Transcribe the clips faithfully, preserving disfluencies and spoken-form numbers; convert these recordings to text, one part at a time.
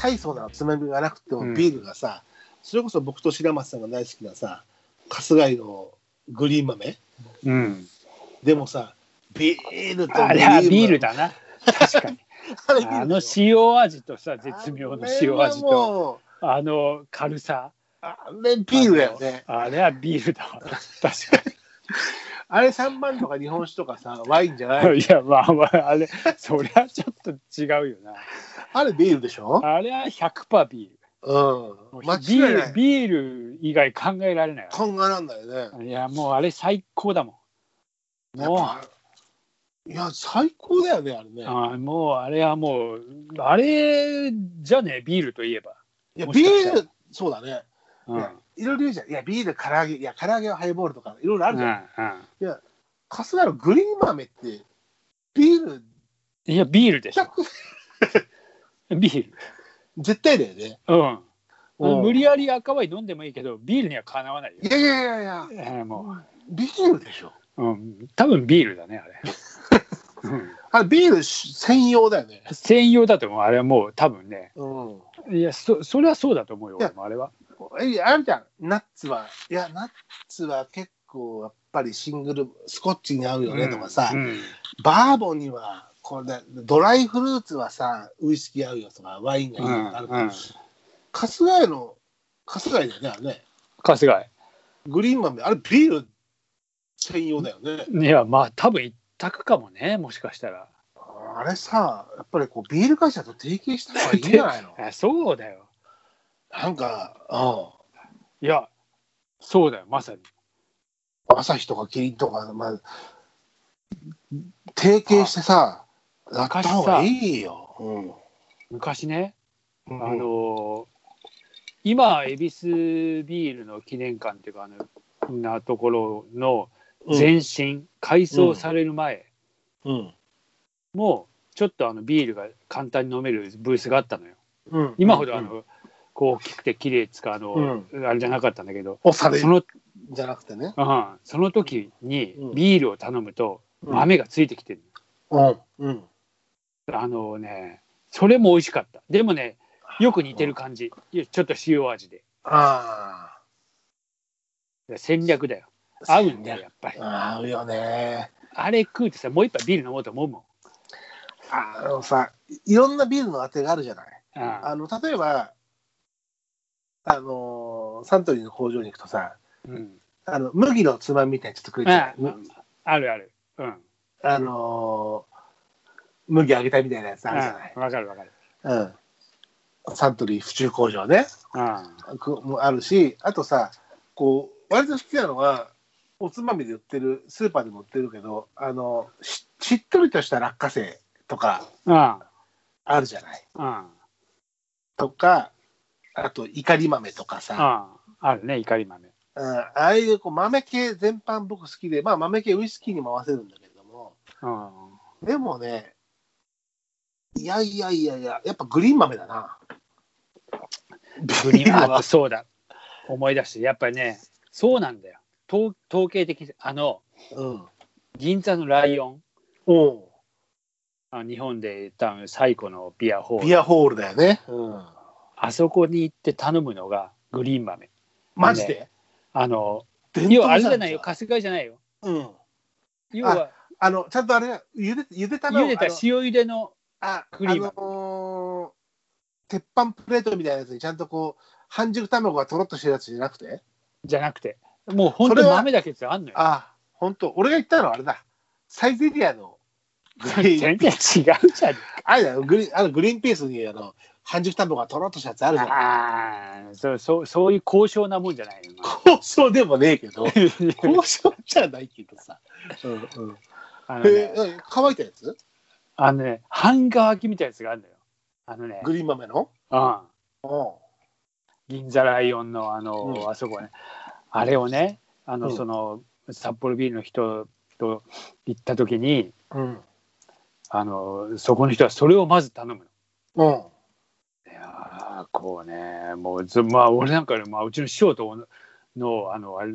大層なつまみがなくても、 うんビールがさ、それこそ僕と白松さんが大好きなさ、春日井のグリーン豆、 うん、 でもさ、ビールとグリーン豆、 あれはビールだな、確かに。 あれビーあのルでしょ。 塩味とさ、絶妙の塩味と、 もうあの軽さ。 あれビールだよね。 あれはビールだわ。確かに。 あれシャンパンとか日本酒とかさ、ワインじゃない。 いや、まあまあ、あれ、そりゃちょっと違うよな。 あれビールでしょ。 あれは ひゃくパーセント ビール。 うん。間ビール、 違いない。 ビール以外考えられないわ。 考えらんないよね。 いや、もうあれ最高だもん。もう。 いや、最高だよね、あれね。 あもう、あれはもう、あれじゃね、ビールといえば。 いや、ビもしかしたらール、そうだね。 うんいや、いろいろ言うじゃん。いや、ビール、唐揚げ、いや、唐揚げはハイボールとか、いろいろあるじゃん。 うんうんいや、春日のグリーン豆って、ビール、 いや、ビールでしょ。ビール。 絶対だよね。 うん。 うん無理やり赤ワイン飲んでもいいけど、ビールにはかなわないよ。 いやいやいやいや、 えーもビールでしょ。 う、うん、多分ビールだね、あれ。うんあれ、ビール専用だよね。 専用だと思う、あれはもう多分ね。 うん。 いや、そそれはそうだと思うよ、 いや俺もあれは。 え、あるじゃん、ナッツは。いや、ナッツは結構、やっぱりシングル、スコッチに合うよねとかさ、 うんうんバーボンには、これで、ドライフルーツはさ、ウイスキー合うよとか、ワインがいいよとかあるから、 うんうん春日井の、春日井だよね、あれね。 春日グリーン豆、あれビール専用だよね。 井。いや、まあ、多分一択かもね、もしかしたら。 あれさ、やっぱりこうビール会社と提携した方がいいんじゃないのあそうだよ。 なんか、うん。 いや、そうだよ、まさに。 朝日とかキリンとか、まあ、提携してさ、やった方がいいよ。うん昔ね、 うんあの今、恵比寿ビールの記念館っていうか、あのなところの前身、改装される前うんも、ちょっとあのビールが簡単に飲めるブースがあったのよ。 うん今ほどあの、こう大きくて綺麗つかあの、 うんあれじゃなかったんだけど、 おされその、 じゃなくてね。 うんその時にうんビールを頼むとうん豆がついてきてるうんうん。 の。あのね、それも美味しかった。でもね、よく似てる感じ。ちょっと塩味で。 あ戦略だよ。 あ。 合うんだよ、やっぱり。 合うよね。 あれ食うとさ、もう一杯ビール飲もうと思うもん。 あのさ、いろんなビールのあてがあるじゃない。 ああの例えば、あのサントリーの工場に行くとさ、 うん、 あの麦のつまみみたいにちょっとくれてああるある。うん。 あの麦揚げたみたいなやつあるじゃない。 わかるわかる。 うん。サントリー府中工場ね。 あくもあるし、あとさ、こう、割と好きなのは、おつまみで売ってる、スーパーでも売ってるけど、あの、ししっとりとした落花生とかああるじゃない。 あとか、あと、いかり豆とかさ、 ああるね、怒り豆。 うん、ああいうこう豆系全般僕好きで、まあ豆系ウイスキーにも合わせるんだけれども、 あでもね、いやいやいやいや、やっぱグリーン豆だな。 グリーンあはそうだ。思い出して、やっぱりね、そうなんだよ。統統計的、あの、 うん。 銀座のライオン、 おうあ日本で多分最古のビアホール。 ビアホールだよね。うん。 あそこに行って頼むのがグリーン豆。 マジで、 あの、 伝要はあれ統じゃないよ、春日井じゃないよ。 うん。 要は、 あの、ちゃんとあれ、ゆで、ゆでたの茹でた塩茹での、 あクリームあのー鉄板プレートみたいなやつにちゃんとこう、半熟卵がとろっとしてるやつじゃなくてじゃなくて、もう本当に豆だけってあんのよ。 あ、本当俺が言ったのはあれだ。サイゼリアのグ全リーン、 然違うじゃん。 あれだよ、グリーン、あのグリーンピースにあの、半熟卵がとろっとしたやつあるじゃん。 ああ、そうそうそういう高尚なもんじゃないよ。 交渉でもねえけど、交渉じゃないけどさ。うんうん。 あのね、 えー、乾いたやつあのね、半乾きみたいなやつがあるんだよ。あのね、 グリーン豆のうん、 うん。 銀座ライオンのあの、 うんあそこね、あれをね、あの、 うんその札幌ビールの人と行った時に、 うん。 あのそこの人はそれをまず頼むの。 うん。 いやーこうね、もうずまあ俺なんかより、まあ、うちの師匠とののあのあれ、ね、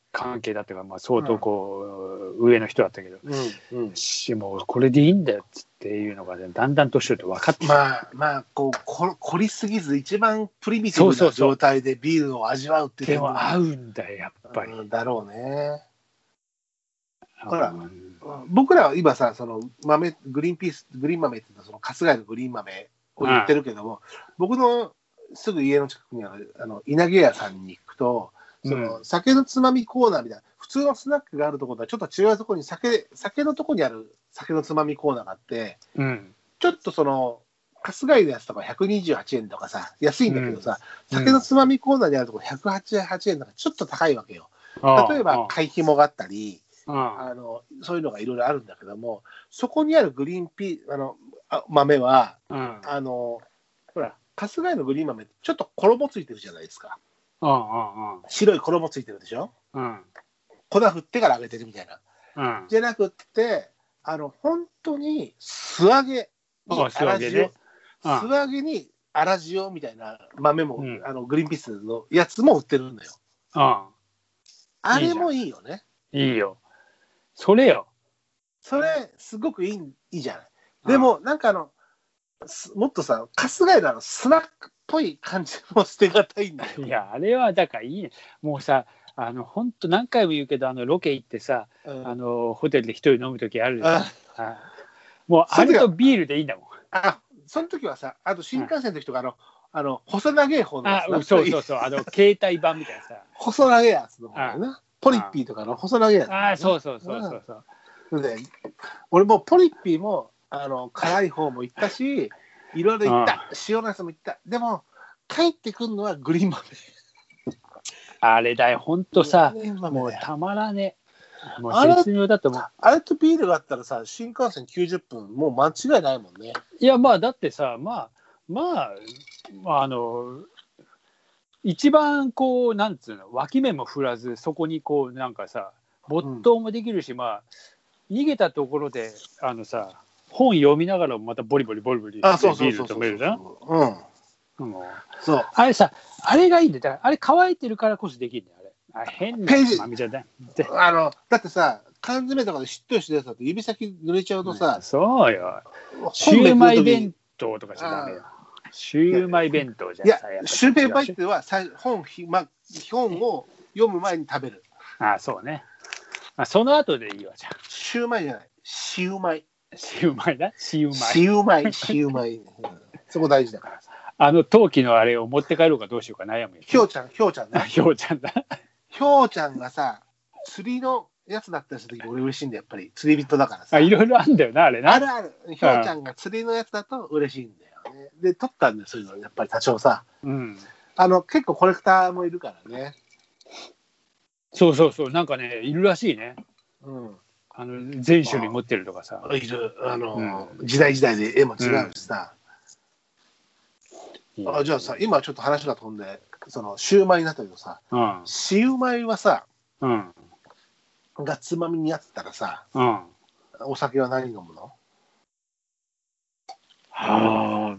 関係だったから、まあ、相当こう、うん、上の人だったけど、 うんうん、 しもうこれでいいんだよっていうのが、ね、だんだん年取って分かってきた。 まあまあこうこ凝りすぎず一番プリミティブな状態でビールを味わうっていうのはでも合うんだよやっぱり、 うん、だろうね。ほら、うん、僕らは今さその豆グリーンピースグリーン豆っていうのはその春日井のグリーン豆を言ってるけども、うん、僕のすぐ家の近くにあるあの稲毛屋さんに行くとその酒のつまみコーナーみたいな、普通のスナックがあるところとはちょっと違うところに 酒, 酒のところにある酒のつまみコーナーがあって、 うん、 ちょっとその春日井のやつとかひゃくにじゅうはちえんとかさ安いんだけどさ、うん、酒のつまみコーナーにあるところひゃくはちじゅうはちえんとかちょっと高いわけよ。例えば貝ひもがあったりあのそういうのがいろいろあるんだけども、そこにあるグリーンピーあのあ豆は、うん、あのほら春日井のグリーン豆ってちょっと衣ついてるじゃないですか。 うんうんうん、 白い衣ついてるでしょ、うん、粉振ってから揚げてるみたいな、うん、じゃなくってあの本当に素揚げに粗塩、素揚げに粗塩みたいな豆も、うん、あのグリーンピースのやつも売ってるんだよ。ああれもいいよね。 いいよ。それよ。 それすごくいい、いいじゃない。でもなんかあのもっとさ春日井のスナックっぽい感じも捨てがたいんだよ。 いやあれはだからいいね。もうさあの本当何回も言うけどあのロケ行ってさ、うん、あのホテルで一人飲む時あるでしょ。あもうあれとビールでいいんだもん。 あその時はさあと新幹線の時とかあの、うん、あの細長い方のやつあそうそうそうあの携帯版みたいなさ細長いやつの方だよな。ポリッピーとかの細長いやつ、ね、 あそうそうそうそうそうで俺もポリッピーもあの辛い方も行ったしいろいろ行った塩のやつも行った。でも帰ってくるのはグリーン豆。 あれだよほんとさもうたまらねえ。もう絶妙だと思う。 あれとビールがあったらさ新幹線きゅうじゅっぷんもう間違いないもんね。 いやまあだってさまあまあ、まあ、あの一番こうなんつうの脇目も振らずそこにこうなんかさ没頭もできるし、うん、まあ逃げたところであのさ本読みながらもまたボリボリボリボリビール止めるじゃん。そうあれさあれがいいんだよ。だからあれ乾いてるからこそできるんだよあれ。あ変なつまみじゃない。 あのだってさ缶詰とかでしっとりしてるやつだと指先濡れちゃうとさ、 うん、そうよシューマイ弁当とかじゃダメよ。シューマイ弁当じゃん。いやシューペンパイっては本, ま、本を読む前に食べる。 ああそうね。あその後でいいわじゃん。 シューマイじゃないシューマイ。 シューマイだシューマイ。 シューマイシューマイ、うん、そこ大事だからさ。 あの陶器のあれを持って帰ろうかどうしようか悩むよ。 ひょうちゃんひょうちゃんね。 ひょうちゃんだ。 ひょうちゃんがさ釣りのやつだったりするとき俺嬉しいんだよやっぱり釣り人だからさ。 あいろいろあるんだよなあれな。 あるある。ひょうちゃんが釣りのやつだと嬉しいんだよね。で撮ったんですよやっぱり多少さ、うん、あの結構コレクターもいるからね。 そうそうそうなんかねいるらしいね。うん。あの全種類持ってるとかさ。 いるあの、うん、時代時代で絵も違うしさ。うん、あじゃあさ今ちょっと話が飛んでそのシューマイになったけどさ、うん、シウマイはさ、うん、がつまみにあったらさ、うん、お酒は何飲むの？ はあ、うん、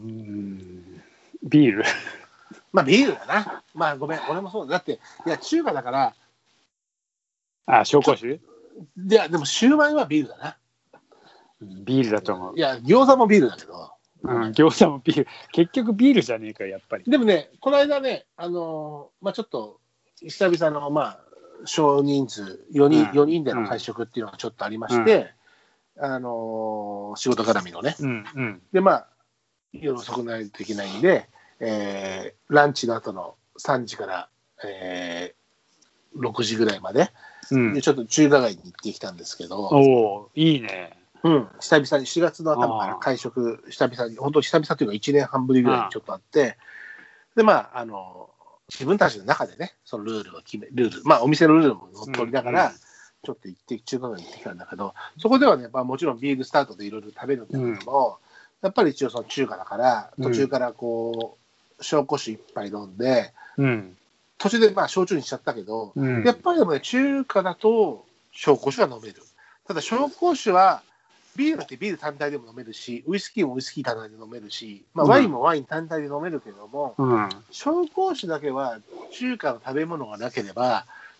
ビール。 まあビールだな。まあごめん俺もそうだ。だっていや中華だから。 あ紹興酒？ いやでもシューマイはビールだな。 ビールだと思う。 いや餃子もビールだけど。 うん、餃子もビール結局ビールじゃねえかやっぱり。 でもねこの間ねあのー、まあちょっと久々のまあ少人数よにん、うん、よにんでの会食っていうのがちょっとありまして、うん、あのー、仕事絡みのね、うんうん、でまあ夜遅くないといけないんで、えー、ランチの後のさんじから、えー、ろくじぐらいまで、うん、でちょっと中華街に行ってきたんですけど。 おいいね。 うん、久々にしがつの頭から会食久々に本当久々というかいちねんはんぶりぐらいにちょっとあってでまああの自分たちの中でねそのルールを決めルールまあお店のルールも取りながら、うんうん、ちょっと行って中華街に行ってきたんだけどそこではね、まあ、もちろんビールスタートでいろいろ食べるんだけども、うん、やっぱり一応その中華だから途中からこう紹興酒一杯飲んで、うん、途中でまあ焼酎にしちゃったけど、うん、やっぱりでもね中華だと紹興酒が飲める。ただ紹興酒はビールってビール単体でも飲めるしウイスキーもウイスキー単体で飲めるし、まあ、ワインもワイン単体で飲めるけども、うん、紹興酒だけは中華の食べ物がなければ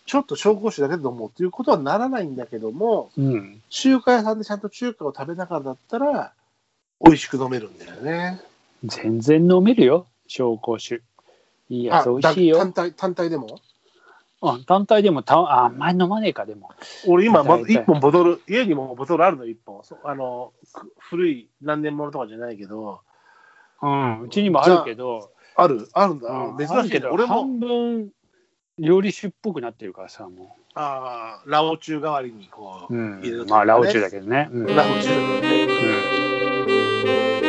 ちょっと紹興酒だけで飲もうということはならないんだけども、 うん、 中華屋さんでちゃんと中華を食べながらだったら、美味しく飲めるんだよね。 全然飲めるよ、紹興酒。いいやつ美味しいよ。 単体、単体でもあ単体でもたあ、あんまり飲まねえか、でも。 俺今、ま、いっぽんボトル、家にもボトルあるの、いっぽん。あの、古い何年ものとかじゃないけど。 うん、うちにもあるけど。 あるあるんだ。 うん、 珍しいけど、俺も半分料理酒っぽくなってるからさ、もう。 ああ、ラオチュウ代わりにこう、 うん、入れる、ね、まあ、ラオチュウだけどね。 うん、ラオチュウだけどね。うん